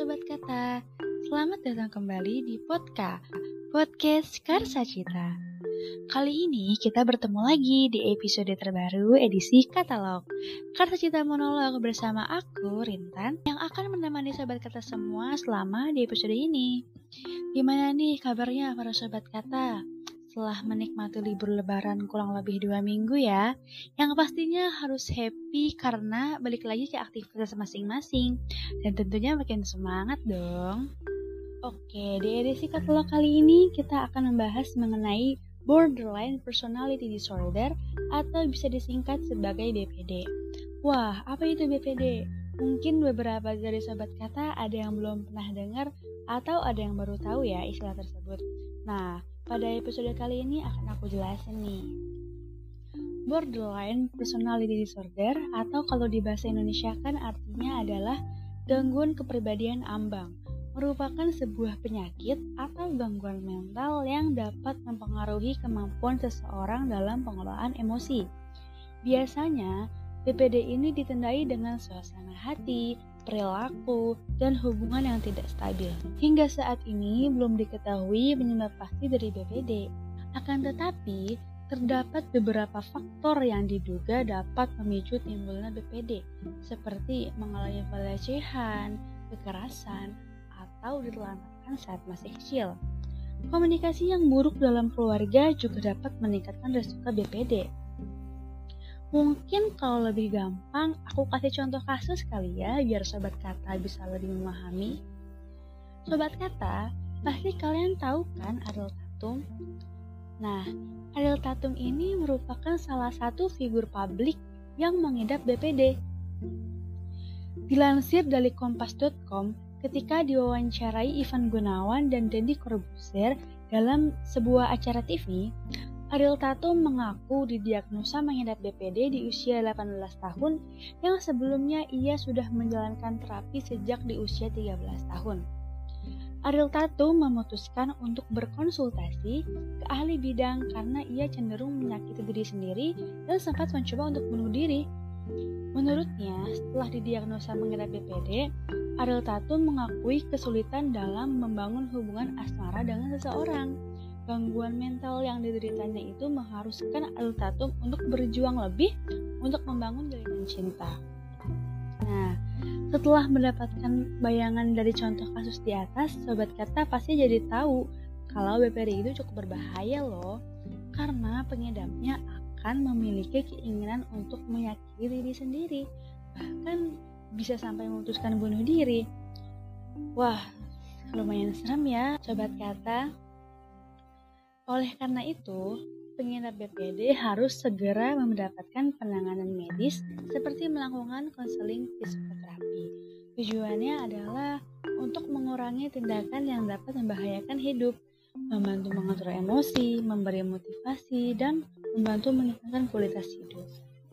Sobat Kata, selamat datang kembali di Podcast Karsa Cita. Kali ini kita bertemu lagi di episode terbaru edisi Katalog Karsa Cita Monolog bersama aku, Rintan, yang akan menemani Sobat Kata semua selama di episode ini. Gimana nih kabarnya para Sobat Kata? Setelah menikmati libur lebaran kurang lebih 2 minggu ya, yang pastinya harus happy karena balik lagi ke aktivitas masing-masing, dan tentunya makin semangat dong. Oke, di edisi katalog kali ini kita akan membahas mengenai Borderline Personality Disorder atau bisa disingkat sebagai BPD. Wah, apa itu BPD? Mungkin beberapa dari Sobat Kata ada yang belum pernah dengar atau ada yang baru tahu ya istilah tersebut. Nah, pada episode kali ini akan aku jelasin nih. Borderline Personality Disorder atau kalau di bahasa Indonesia kan artinya adalah gangguan kepribadian ambang, merupakan sebuah penyakit atau gangguan mental yang dapat mempengaruhi kemampuan seseorang dalam pengelolaan emosi. Biasanya, BPD ini ditandai dengan suasana hati, perilaku, dan hubungan yang tidak stabil. Hingga saat ini belum diketahui penyebab pasti dari BPD. Akan tetapi, terdapat beberapa faktor yang diduga dapat memicu timbulnya BPD, seperti mengalami pelecehan, kekerasan, atau ditelantarkan saat masih kecil. Komunikasi yang buruk dalam keluarga juga dapat meningkatkan risiko BPD. Mungkin kalau lebih gampang, aku kasih contoh kasus kali ya, biar Sobat Kata bisa lebih memahami. Sobat Kata, pasti kalian tahu kan Ariel Tatum? Nah, Ariel Tatum ini merupakan salah satu figur publik yang mengidap BPD. Dilansir dari Kompas.com, ketika diwawancarai Ivan Gunawan dan Deddy Corbuzier dalam sebuah acara TV, Ariel Tatum mengaku didiagnosa mengidap BPD di usia 18 tahun yang sebelumnya ia sudah menjalankan terapi sejak di usia 13 tahun. Ariel Tatum memutuskan untuk berkonsultasi ke ahli bidang karena ia cenderung menyakiti diri sendiri dan sempat mencoba untuk bunuh diri. Menurutnya, setelah didiagnosa mengidap BPD, Ariel Tatum mengakui kesulitan dalam membangun hubungan asmara dengan seseorang. Gangguan mental yang dideritanya itu mengharuskan Ariel Tatum untuk berjuang lebih untuk membangun jalinan cinta. Nah, setelah mendapatkan bayangan dari contoh kasus di atas, Sobat Kata pasti jadi tahu kalau BPD itu cukup berbahaya loh, karena pengidapnya akan memiliki keinginan untuk menyakiti diri sendiri, bahkan bisa sampai memutuskan bunuh diri. Wah, lumayan serem ya Sobat Kata. Oleh karena itu, pengidap BPD harus segera mendapatkan penanganan medis seperti melakukan konseling psikoterapi. Tujuannya adalah untuk mengurangi tindakan yang dapat membahayakan hidup, membantu mengatur emosi, memberi motivasi, dan membantu meningkatkan kualitas hidup.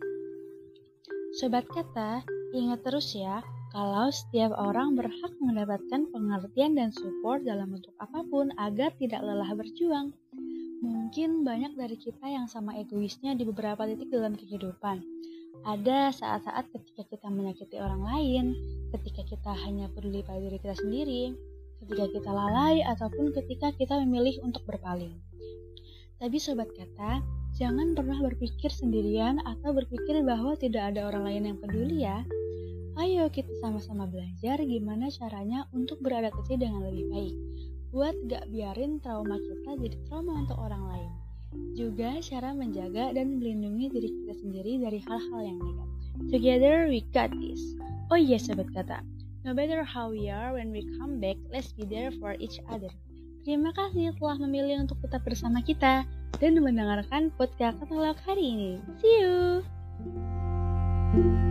Sobat Kata, ingat terus ya, kalau setiap orang berhak mendapatkan pengertian dan support dalam bentuk apapun agar tidak lelah berjuang. Mungkin banyak dari kita yang sama egoisnya di beberapa titik dalam kehidupan. Ada saat-saat ketika kita menyakiti orang lain, ketika kita hanya peduli pada diri kita sendiri, ketika kita lalai, ataupun ketika kita memilih untuk berpaling. Tapi Sobat Kata, jangan pernah berpikir sendirian atau berpikir bahwa tidak ada orang lain yang peduli ya. Ayo kita sama-sama belajar gimana caranya untuk beradaptasi dengan lebih baik, buat gak biarin trauma kita jadi trauma untuk orang lain. Juga cara menjaga dan melindungi diri kita sendiri dari hal-hal yang negatif. Together we got this. Oh yes Sobat Kata, no matter how we are when we come back, let's be there for each other. Terima kasih telah memilih untuk tetap bersama kita dan mendengarkan podcast katalog hari ini. See you!